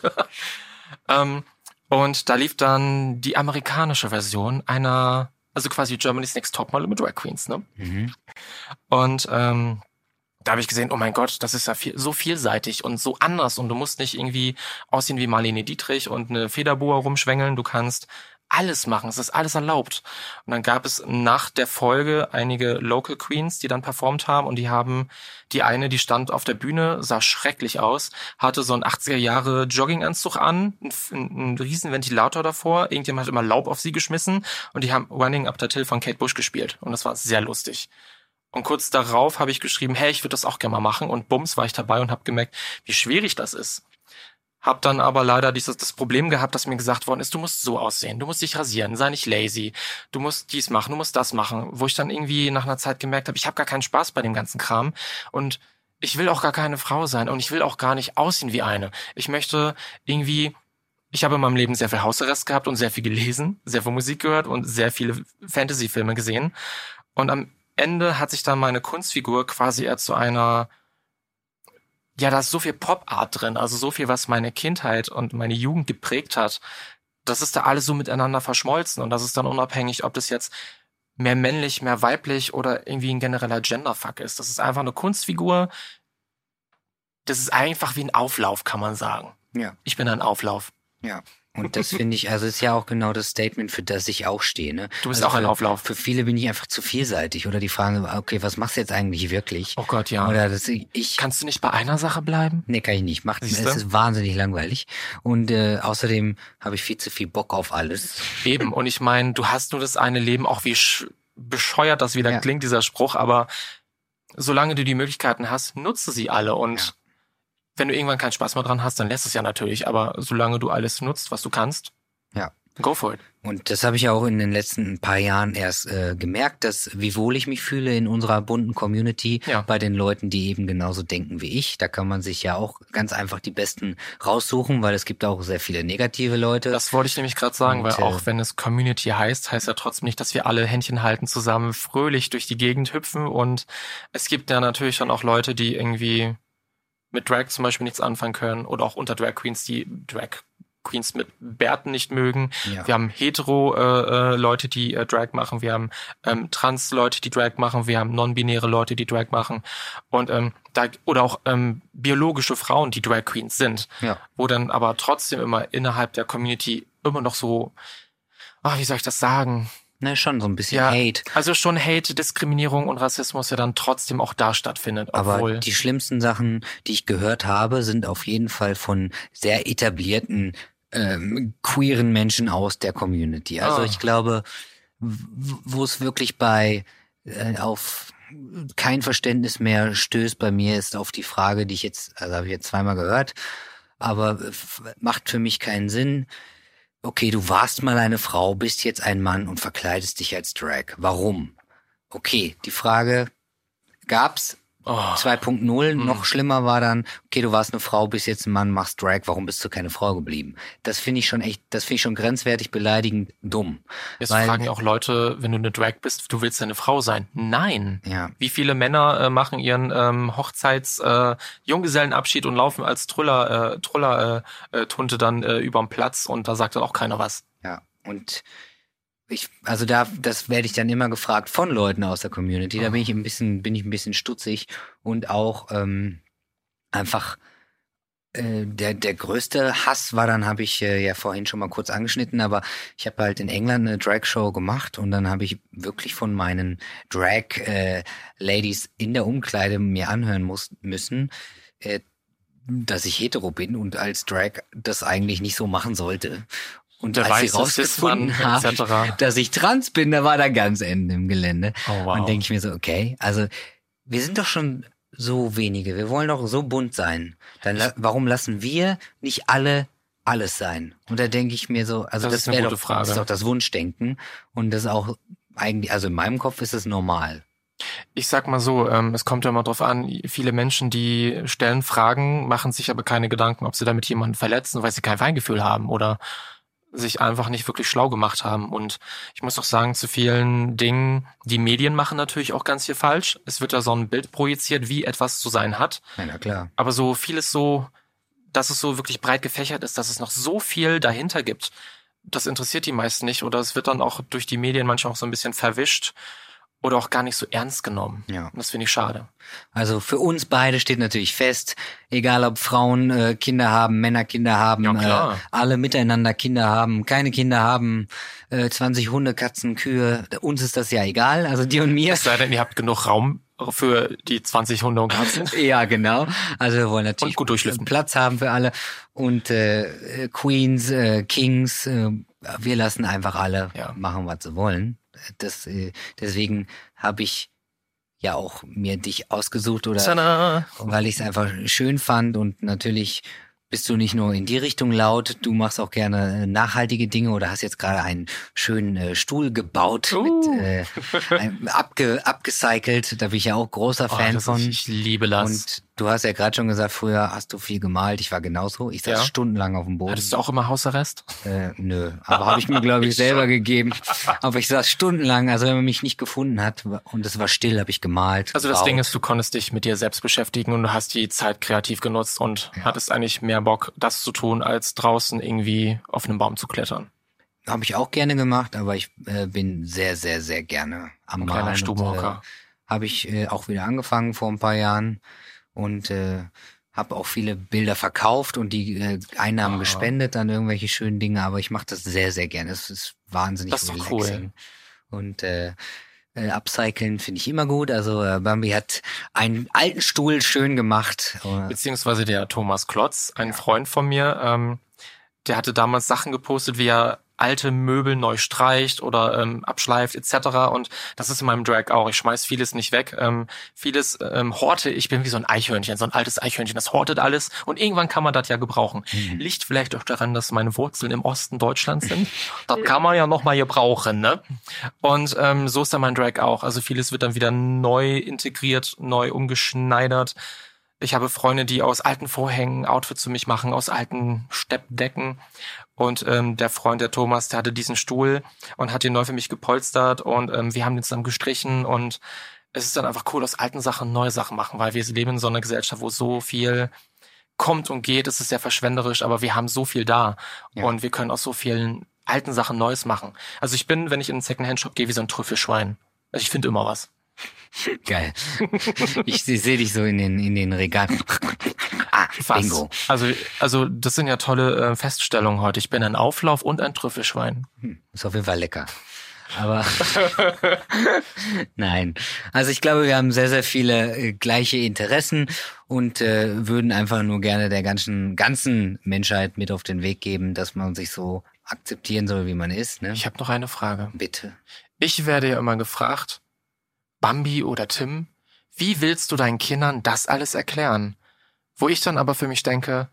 ähm, und da lief dann die amerikanische Version einer, also quasi Germany's Next Topmodel mit Drag Queens, ne? Mhm. Und ähm, da habe ich gesehen, oh mein Gott, das ist ja viel, so vielseitig und so anders und du musst nicht irgendwie aussehen wie Marlene Dietrich und eine Federboa rumschwängeln, du kannst alles machen, es ist alles erlaubt. Und dann gab es nach der Folge einige Local Queens, die dann performt haben und die haben, die eine, die stand auf der Bühne, sah schrecklich aus, hatte so einen achtziger Jahre Jogginganzug an, einen, einen riesen Ventilator davor, irgendjemand hat immer Laub auf sie geschmissen und die haben Running Up That Hill von Kate Bush gespielt und das war sehr lustig. Und kurz darauf habe ich geschrieben, hey, ich würde das auch gerne mal machen. Und bums, war ich dabei und habe gemerkt, wie schwierig das ist. Hab dann aber leider dieses das Problem gehabt, dass mir gesagt worden ist, du musst so aussehen, du musst dich rasieren, sei nicht lazy, du musst dies machen, du musst das machen. Wo ich dann irgendwie nach einer Zeit gemerkt habe, ich habe gar keinen Spaß bei dem ganzen Kram. Und ich will auch gar keine Frau sein und ich will auch gar nicht aussehen wie eine. Ich möchte irgendwie... Ich habe in meinem Leben sehr viel Hausarrest gehabt und sehr viel gelesen, sehr viel Musik gehört und sehr viele Fantasy-Filme gesehen. Und am Ende hat sich dann meine Kunstfigur quasi eher zu einer, ja, da ist so viel Pop-Art drin, also so viel, was meine Kindheit und meine Jugend geprägt hat. Das ist da alles so miteinander verschmolzen und das ist dann unabhängig, ob das jetzt mehr männlich, mehr weiblich oder irgendwie ein genereller Genderfuck ist. Das ist einfach eine Kunstfigur. Das ist einfach wie ein Auflauf, kann man sagen. Ja. Ich bin ein Auflauf. Ja. Und das finde ich, also ist ja auch genau das Statement, für das ich auch stehe. Ne? Du bist also auch ein für, Auflauf. Für viele bin ich einfach zu vielseitig. Oder die fragen, okay, was machst du jetzt eigentlich wirklich? Oh Gott, ja. Oder das, ich. Kannst du nicht bei einer Sache bleiben? Nee, kann ich nicht. Macht, es Siehste? ist wahnsinnig langweilig. Und äh, außerdem habe ich viel zu viel Bock auf alles. Eben. Und ich meine, du hast nur das eine Leben, auch wie sch- bescheuert das wieder Ja. klingt, dieser Spruch, aber solange du die Möglichkeiten hast, nutze sie alle. Und Ja. wenn du irgendwann keinen Spaß mehr dran hast, dann lässt es ja natürlich. Aber solange du alles nutzt, was du kannst, Ja. go for it. Und das habe ich auch in den letzten paar Jahren erst äh, gemerkt, dass wie wohl ich mich fühle in unserer bunten Community Ja. bei den Leuten, die eben genauso denken wie ich. Da kann man sich ja auch ganz einfach die Besten raussuchen, weil es gibt auch sehr viele negative Leute. Das wollte ich nämlich gerade sagen, Und, weil äh, auch wenn es Community heißt, heißt ja trotzdem nicht, dass wir alle Händchen halten, zusammen fröhlich durch die Gegend hüpfen. Und es gibt ja natürlich schon auch Leute, die irgendwie mit Drag zum Beispiel nichts anfangen können oder auch unter Drag Queens, die Drag Queens mit Bärten nicht mögen. Ja. Wir haben hetero äh, äh, Leute, die äh, Drag machen. Wir haben ähm, trans Leute, die Drag machen. Wir haben non-binäre Leute, die Drag machen. Und ähm, da oder auch ähm, biologische Frauen, die Drag Queens sind. Ja. Wo dann aber trotzdem immer innerhalb der Community immer noch so, ach, wie soll ich das sagen? Na, schon so ein bisschen Ja, Hate. also schon Hate, Diskriminierung und Rassismus ja dann trotzdem auch da stattfindet. Aber Obwohl, die schlimmsten Sachen, die ich gehört habe, sind auf jeden Fall von sehr etablierten ähm, queeren Menschen aus der Community. Also Ah. ich glaube, w- wo es wirklich bei äh, auf kein Verständnis mehr stößt bei mir, ist auf die Frage, die ich jetzt, also habe ich jetzt zweimal gehört, aber f- macht für mich keinen Sinn. Okay, du warst mal eine Frau, bist jetzt ein Mann und verkleidest dich als Drag. Warum? Okay, die Frage gab's. oh, zwei Punkt null, Mhm. noch schlimmer war dann, okay, du warst eine Frau, bist jetzt ein Mann, machst Drag, warum bist du keine Frau geblieben? Das finde ich schon echt, das finde ich schon grenzwertig beleidigend dumm. jetzt weil- fragen ja auch Leute, wenn du eine Drag bist, du willst eine Frau sein. Nein. Ja, Wie viele Männer äh, machen ihren ähm, Hochzeits äh, Junggesellenabschied und laufen als Truller äh, Truller äh, äh, Tunte dann äh, überm Platz und da sagt dann auch keiner was. ja. Und ich, also da, das werde ich dann immer gefragt von Leuten aus der Community. Da bin ich ein bisschen, bin ich ein bisschen stutzig und auch ähm, einfach äh, der der größte Hass war dann, habe ich äh, ja vorhin schon mal kurz angeschnitten, aber ich habe halt in England eine Drag-Show gemacht und dann habe ich wirklich von meinen Drag-Ladies in der Umkleide mir anhören muss, müssen, äh, dass ich hetero bin und als Drag das eigentlich nicht so machen sollte. Und Der als sie weiße Cis-Mann rausgefunden haben, et cetera. dass ich trans bin, da war da ganz Ende im Gelände. Oh, wow. Und denke ich mir so, okay, also wir sind doch schon so wenige, wir wollen doch so bunt sein. Dann la warum lassen wir nicht alle alles sein? Und da denke ich mir so, also Das das, ist eine wäre gute doch, Frage. das ist doch das Wunschdenken. Und das ist auch eigentlich, also in meinem Kopf ist es normal. Ich sag mal so, ähm, es kommt ja immer drauf an, viele Menschen, die stellen Fragen, machen sich aber keine Gedanken, ob sie damit jemanden verletzen, weil sie kein Feingefühl haben oder sich einfach nicht wirklich schlau gemacht haben. Und ich muss auch sagen, zu vielen Dingen, die Medien machen natürlich auch ganz viel falsch. Es wird da so ein Bild projiziert, wie etwas zu sein hat. Ja, na klar. Aber so vieles so, dass es so wirklich breit gefächert ist, dass es noch so viel dahinter gibt, das interessiert die meisten nicht. Oder es wird dann auch durch die Medien manchmal auch so ein bisschen verwischt oder auch gar nicht so ernst genommen. Ja. Und das finde ich schade. Also für uns beide steht natürlich fest, egal ob Frauen äh, Kinder haben, Männer Kinder haben, Ja, klar. äh, alle miteinander Kinder haben, keine Kinder haben, äh, zwanzig Hunde, Katzen, Kühe, uns ist das ja egal, also dir und mir. Es sei denn, ihr habt genug Raum für die zwanzig Hunde und Katzen. Ja, genau. Also wir wollen natürlich Und gut durchlüften. Platz haben für alle und äh, Queens, äh, Kings, äh, wir lassen einfach alle Ja. machen, was sie wollen. Das, äh, deswegen habe ich ja auch mir dich ausgesucht oder Tada. weil ich es einfach schön fand und natürlich bist du nicht nur in die Richtung laut, du machst auch gerne äh, nachhaltige Dinge oder hast jetzt gerade einen schönen äh, Stuhl gebaut, Uh. mit äh, einem abge, abgecycelt, da bin ich ja auch großer Oh, Fan das von. ist, ich liebe das. Und du hast ja gerade schon gesagt, früher hast du viel gemalt, ich war genauso, ich saß Ja. stundenlang auf dem Boden. Hattest du auch immer Hausarrest? Äh, nö, aber habe ich mir, glaube ich, selber gegeben. Aber ich saß stundenlang, also wenn man mich nicht gefunden hat und es war still, habe ich gemalt. Also das gebaut. Ding ist, du konntest dich mit dir selbst beschäftigen und du hast die Zeit kreativ genutzt und Ja. hattest eigentlich mehr Bock, das zu tun, als draußen irgendwie auf einem Baum zu klettern. Habe ich auch gerne gemacht, aber ich äh, bin sehr, sehr, sehr gerne am Ein Malen. kleiner und, Stubenhocker. Äh, habe ich äh, auch wieder angefangen vor ein paar Jahren und äh, habe auch viele Bilder verkauft und die äh, Einnahmen Aha. gespendet an irgendwelche schönen Dinge, aber ich mache das sehr, sehr gerne. Es ist wahnsinnig das ist relaxing. Cool. Und äh, äh, upcyclen finde ich immer gut. Also äh, Bambi hat einen alten Stuhl schön gemacht. Beziehungsweise der Thomas Klotz, ein ja. Freund von mir, ähm, der hatte damals Sachen gepostet, wie er alte Möbel neu streicht oder ähm, abschleift et cetera. Und das ist in meinem Drag auch. Ich schmeiß vieles nicht weg. Ähm, vieles ähm, horte. Ich bin wie so ein Eichhörnchen, so ein altes Eichhörnchen. Das hortet alles. Und irgendwann kann man das ja gebrauchen. Mhm. Liegt vielleicht auch daran, dass meine Wurzeln im Osten Deutschlands sind. Das kann man ja noch mal gebrauchen, ne? Und ähm, so ist dann mein Drag auch. Also vieles wird dann wieder neu integriert, neu umgeschneidert. Ich habe Freunde, die aus alten Vorhängen Outfits für mich machen, aus alten Steppdecken. Und ähm, der Freund, der Thomas, der hatte diesen Stuhl und hat ihn neu für mich gepolstert. Und ähm, wir haben den zusammen gestrichen. Und es ist dann einfach cool, aus alten Sachen neue Sachen machen. Weil wir leben in so einer Gesellschaft, wo so viel kommt und geht. Es ist sehr verschwenderisch, aber wir haben so viel da. Ja. Und wir können aus so vielen alten Sachen Neues machen. Also ich bin, wenn ich in einen Secondhand-Shop gehe, wie so ein Trüffelschwein. Also ich finde immer was. Geil. Ich sehe dich so in den in den Regalen. Ah, Fast. Bingo. Also also das sind ja tolle äh, Feststellungen heute. Ich bin ein Auflauf und ein Trüffelschwein. Hm, ist auf jeden Fall lecker. Aber nein. Also ich glaube, wir haben sehr, sehr viele äh, gleiche Interessen und äh, würden einfach nur gerne der ganzen ganzen Menschheit mit auf den Weg geben, dass man sich so akzeptieren soll, wie man ist. Ne? Ich habe noch eine Frage. Bitte. Ich werde ja immer gefragt, Bambi oder Tim, wie willst du deinen Kindern das alles erklären? Wo ich dann aber für mich denke,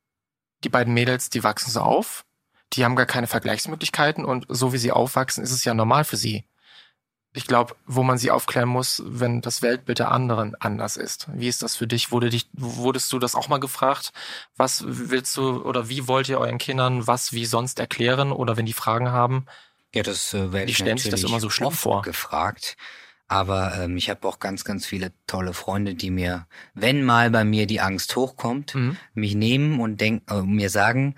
die beiden Mädels, die wachsen so auf, die haben gar keine Vergleichsmöglichkeiten und so wie sie aufwachsen, ist es ja normal für sie. Ich glaube, wo man sie aufklären muss, wenn das Weltbild der anderen anders ist. Wie ist das für dich? Wurde dich, wurdest du das auch mal gefragt? Was willst du oder wie wollt ihr euren Kindern was wie sonst erklären oder wenn die Fragen haben? Ja, das äh, werde ich stellen sich das immer so schlimm vor. Gefragt. Aber ähm, ich habe auch ganz, ganz viele tolle Freunde, die mir, wenn mal bei mir die Angst hochkommt, mhm. mich nehmen und denk, äh, mir sagen,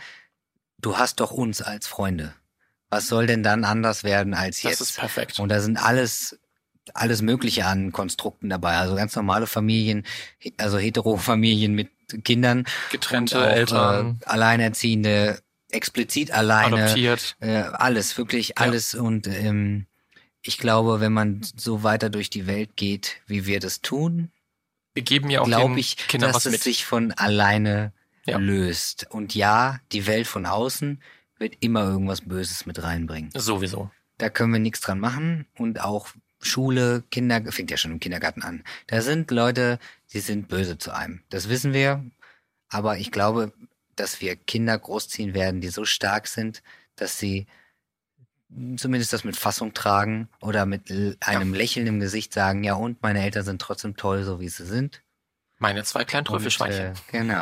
du hast doch uns als Freunde. Was soll denn dann anders werden als jetzt? Das ist perfekt. Und da sind alles alles Mögliche an Konstrukten dabei. Also ganz normale Familien, also Hetero-Familien mit Kindern. Getrennte auch, Eltern. Äh, Alleinerziehende, explizit alleine. Adoptiert. Äh, alles, wirklich alles. Ja. Und ähm, ich glaube, wenn man so weiter durch die Welt geht, wie wir das tun, wir geben ja auch glaube ich, Kindern dass was es mit. sich von alleine ja. löst. Und ja, die Welt von außen wird immer irgendwas Böses mit reinbringen. Sowieso. Da können wir nichts dran machen. Und auch Schule, Kinder, fängt ja schon im Kindergarten an. Da sind Leute, die sind böse zu einem. Das wissen wir. Aber ich glaube, dass wir Kinder großziehen werden, die so stark sind, dass sie zumindest das mit Fassung tragen oder mit einem ja. Lächeln im Gesicht sagen, ja und, meine Eltern sind trotzdem toll, so wie sie sind. Meine zwei kleinen Trüffelschweinchen. Äh, genau.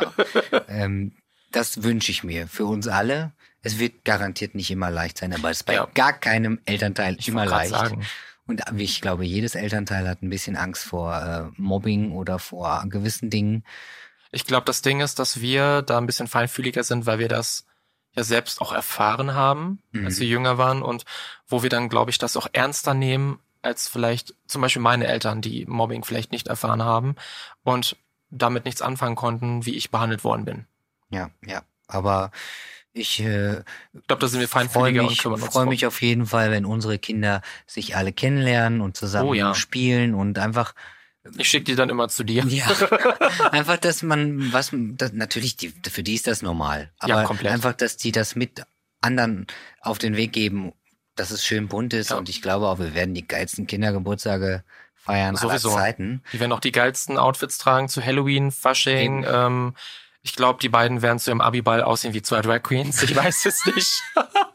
ähm, das wünsche ich mir für uns alle. Es wird garantiert nicht immer leicht sein, aber es ist bei ja. gar keinem Elternteil ich immer leicht. Sagen. Und ich glaube, jedes Elternteil hat ein bisschen Angst vor äh, Mobbing oder vor gewissen Dingen. Ich glaube, das Ding ist, dass wir da ein bisschen feinfühliger sind, weil wir das ja selbst auch erfahren haben, mhm. als wir jünger waren und wo wir dann, glaube ich, das auch ernster nehmen, als vielleicht zum Beispiel meine Eltern, die Mobbing vielleicht nicht erfahren haben und damit nichts anfangen konnten, wie ich behandelt worden bin. Ja, ja, aber ich, äh, ich glaube, da sind wir feinfühliger und kümmern uns. Ich freue mich auf jeden Fall, wenn unsere Kinder sich alle kennenlernen und zusammen oh, ja. spielen und einfach. Ich schicke die dann immer zu dir. Ja, einfach, dass man, was, das, natürlich, die, für die ist das normal. Aber ja, komplett. Einfach, dass die das mit anderen auf den Weg geben, dass es schön bunt ist. Ja. Und ich glaube auch, wir werden die geilsten Kindergeburtstage feiern Sowieso. aller Zeiten. Die werden auch die geilsten Outfits tragen zu Halloween, Fasching. Ähm, ich glaube, die beiden werden zu ihrem Abiball aussehen wie zwei Drag Queens. Ich weiß es nicht.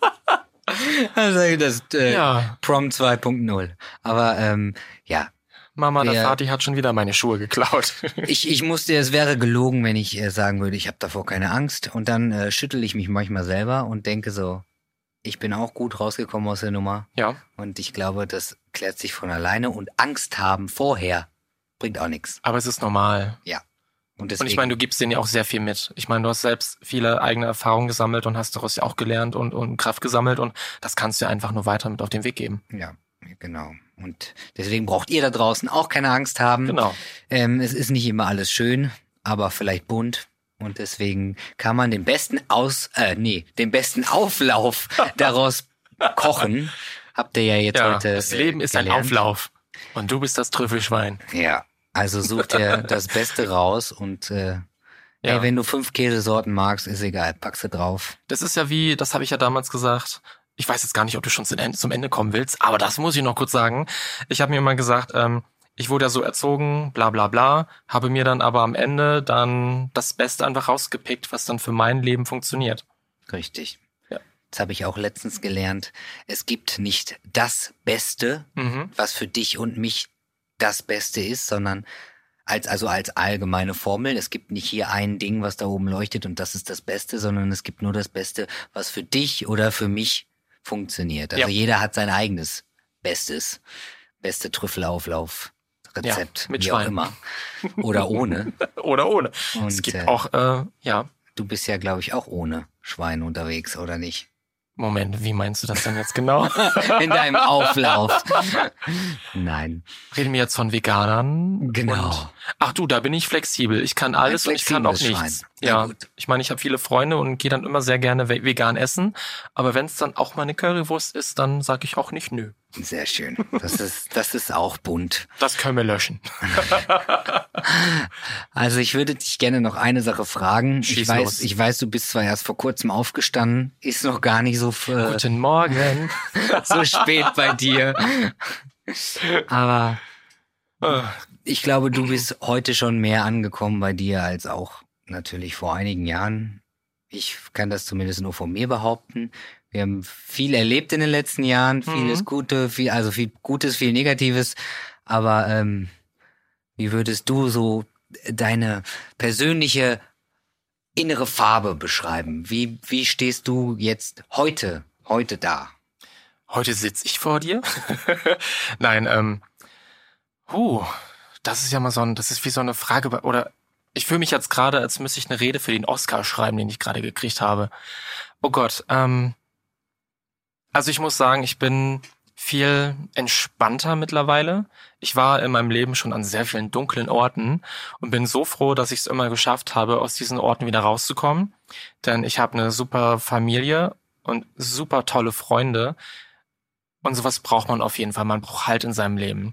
Also das äh, ja. Prom zwei Punkt null. Aber ähm, ja. Mama, der Vati hat schon wieder meine Schuhe geklaut. ich ich musste, es wäre gelogen, wenn ich äh, sagen würde, ich habe davor keine Angst. Und dann äh, schüttel ich mich manchmal selber und denke so, ich bin auch gut rausgekommen aus der Nummer. Ja. Und ich glaube, das klärt sich von alleine. Und Angst haben vorher bringt auch nichts. Aber es ist normal. Ja. Und, deswegen, und ich meine, du gibst denen ja auch sehr viel mit. Ich meine, du hast selbst viele eigene Erfahrungen gesammelt und hast daraus ja auch gelernt und, und Kraft gesammelt. Und das kannst du einfach nur weiter mit auf den Weg geben. Ja, genau. Und deswegen braucht ihr da draußen auch keine Angst haben. Genau. Ähm, es ist nicht immer alles schön, aber vielleicht bunt. Und deswegen kann man den besten Aus, äh, nee, den besten Auflauf daraus kochen. Habt ihr ja jetzt Ja, heute das Leben ist ein gelernt. Auflauf. Und du bist das Trüffelschwein. Ja, also such dir das Beste raus und äh, Ja. ey, wenn du fünf Käsesorten magst, ist egal, packst du drauf. Das ist ja wie, das habe ich ja damals gesagt. Ich weiß jetzt gar nicht, ob du schon zum Ende, zum Ende kommen willst, aber das muss ich noch kurz sagen. Ich habe mir immer gesagt, ähm, ich wurde ja so erzogen, bla bla bla, habe mir dann aber am Ende dann das Beste einfach rausgepickt, was dann für mein Leben funktioniert. Richtig. Ja. Das habe ich auch letztens gelernt. Es gibt nicht das Beste, Mhm. was für dich und mich das Beste ist, sondern als also als allgemeine Formel. Es gibt nicht hier ein Ding, was da oben leuchtet und das ist das Beste, sondern es gibt nur das Beste, was für dich oder für mich funktioniert. Also Ja. jeder hat sein eigenes Bestes. Beste Trüffelauflauf. Rezept, Ja, mit wie auch Schwein. immer. Oder ohne. Oder ohne. Und, es gibt äh, auch, äh, ja, Du bist ja, glaube ich, auch ohne Schwein unterwegs, oder nicht? Moment, wie meinst du das denn jetzt genau? In deinem Auflauf. Nein. Reden wir jetzt von Veganern? Genau. Und, ach du, da bin ich flexibel. Ich kann alles Ein und ich kann auch flexibles nichts. Schwein. Na Ja, gut. ich meine, ich habe viele Freunde und gehe dann immer sehr gerne ve- vegan essen. Aber wenn es dann auch mal eine Currywurst ist, dann sage ich auch nicht nö. Sehr schön. Das ist, das ist auch bunt. Das können wir löschen. Also ich würde dich gerne noch eine Sache fragen. Schieß Ich weiß, los. ich weiß, du bist zwar erst vor kurzem aufgestanden, ist noch gar nicht so, äh, Guten Morgen. so spät bei dir. Aber Äh, ich glaube, du bist heute schon mehr angekommen bei dir als auch natürlich vor einigen Jahren. Ich kann das zumindest nur von mir behaupten. Wir haben viel erlebt in den letzten Jahren, vieles Mhm. Gute, viel, also viel Gutes, viel Negatives. Aber ähm, wie würdest du so deine persönliche innere Farbe beschreiben? Wie wie stehst du jetzt heute heute da? Heute sitze ich vor dir. Nein, ähm, huh, das ist ja mal so ein, das ist wie so eine Frage, bei- oder ich fühle mich jetzt gerade, als müsste ich eine Rede für den Oscar schreiben, den ich gerade gekriegt habe. Oh Gott, ähm, also ich muss sagen, ich bin viel entspannter mittlerweile. Ich war in meinem Leben schon an sehr vielen dunklen Orten und bin so froh, dass ich es immer geschafft habe, aus diesen Orten wieder rauszukommen. Denn ich habe eine super Familie und super tolle Freunde. Und sowas braucht man auf jeden Fall. Man braucht Halt in seinem Leben.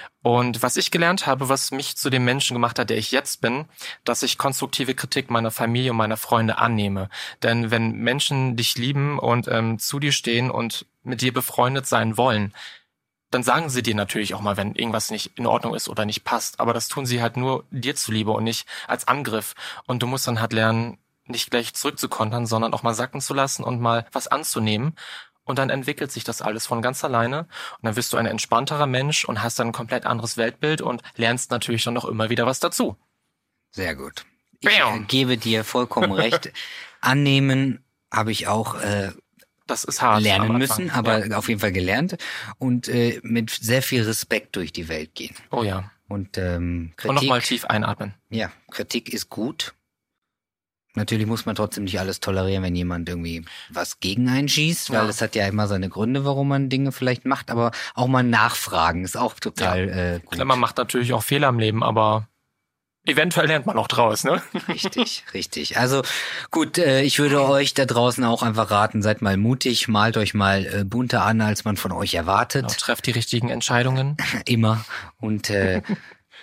Und was ich gelernt habe, was mich zu dem Menschen gemacht hat, der ich jetzt bin, dass ich konstruktive Kritik meiner Familie und meiner Freunde annehme. Denn wenn Menschen dich lieben und ähm, zu dir stehen und mit dir befreundet sein wollen, dann sagen sie dir natürlich auch mal, wenn irgendwas nicht in Ordnung ist oder nicht passt. Aber das tun sie halt nur dir zuliebe und nicht als Angriff. Und du musst dann halt lernen, nicht gleich zurückzukontern, sondern auch mal sacken zu lassen und mal was anzunehmen. Und dann entwickelt sich das alles von ganz alleine. Und dann wirst du ein entspannterer Mensch und hast dann ein komplett anderes Weltbild und lernst natürlich dann noch immer wieder was dazu. Sehr gut. Ich äh, Bam. gebe dir vollkommen recht. Annehmen habe ich auch äh, Das ist hart. lernen am müssen, Anfang. aber Ja. auf jeden Fall gelernt und äh, mit sehr viel Respekt durch die Welt gehen. Oh ja. Und ähm, Kritik, Und nochmal tief einatmen. ja, Kritik ist gut. Natürlich muss man trotzdem nicht alles tolerieren, wenn jemand irgendwie was gegen einen schießt, weil Ja. es hat ja immer seine Gründe, warum man Dinge vielleicht macht, aber auch mal nachfragen ist auch total äh, gut. Klar, man macht natürlich auch Fehler im Leben, aber eventuell lernt man auch draus, ne? Richtig, richtig. Also gut, äh, ich würde euch da draußen auch einfach raten, seid mal mutig, malt euch mal äh, bunter an, als man von euch erwartet. Genau, trefft die richtigen Entscheidungen. Immer. Und äh, äh,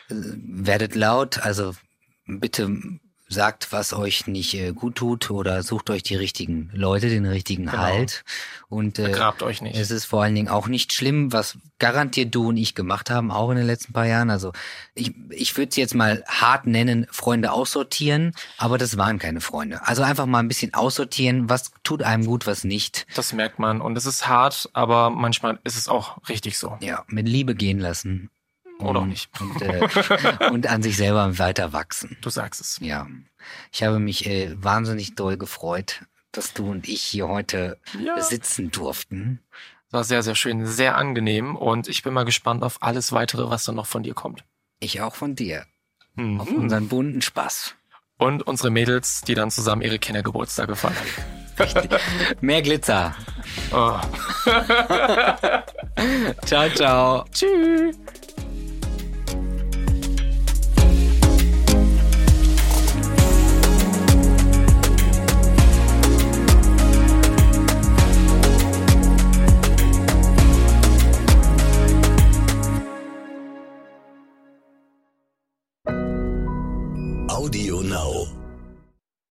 werdet laut, also bitte sagt, was euch nicht äh, gut tut oder sucht euch die richtigen Leute, den richtigen Genau. Halt. Und äh, Begrabt euch nicht. es ist vor allen Dingen auch nicht schlimm, was garantiert du und ich gemacht haben, auch in den letzten paar Jahren. Also ich, ich würde es jetzt mal hart nennen, Freunde aussortieren, aber das waren keine Freunde. Also einfach mal ein bisschen aussortieren, was tut einem gut, was nicht. Das merkt man. Und es ist hart, aber manchmal ist es auch richtig so. Ja, mit Liebe gehen lassen. Oder auch Und- nicht. Und, äh, und an sich selber weiter wachsen. Du sagst es. Ja, ich habe mich äh, wahnsinnig doll gefreut, dass du und ich hier heute Ja. sitzen durften. War sehr, sehr schön, sehr angenehm. Und ich bin mal gespannt auf alles weitere, was dann noch von dir kommt. Ich auch von dir. Mhm. Auf unseren bunten Spaß. Und unsere Mädels, die dann zusammen ihre Kindergeburtstage feiern. Mehr Glitzer. Oh. Ciao, ciao. Tschüss.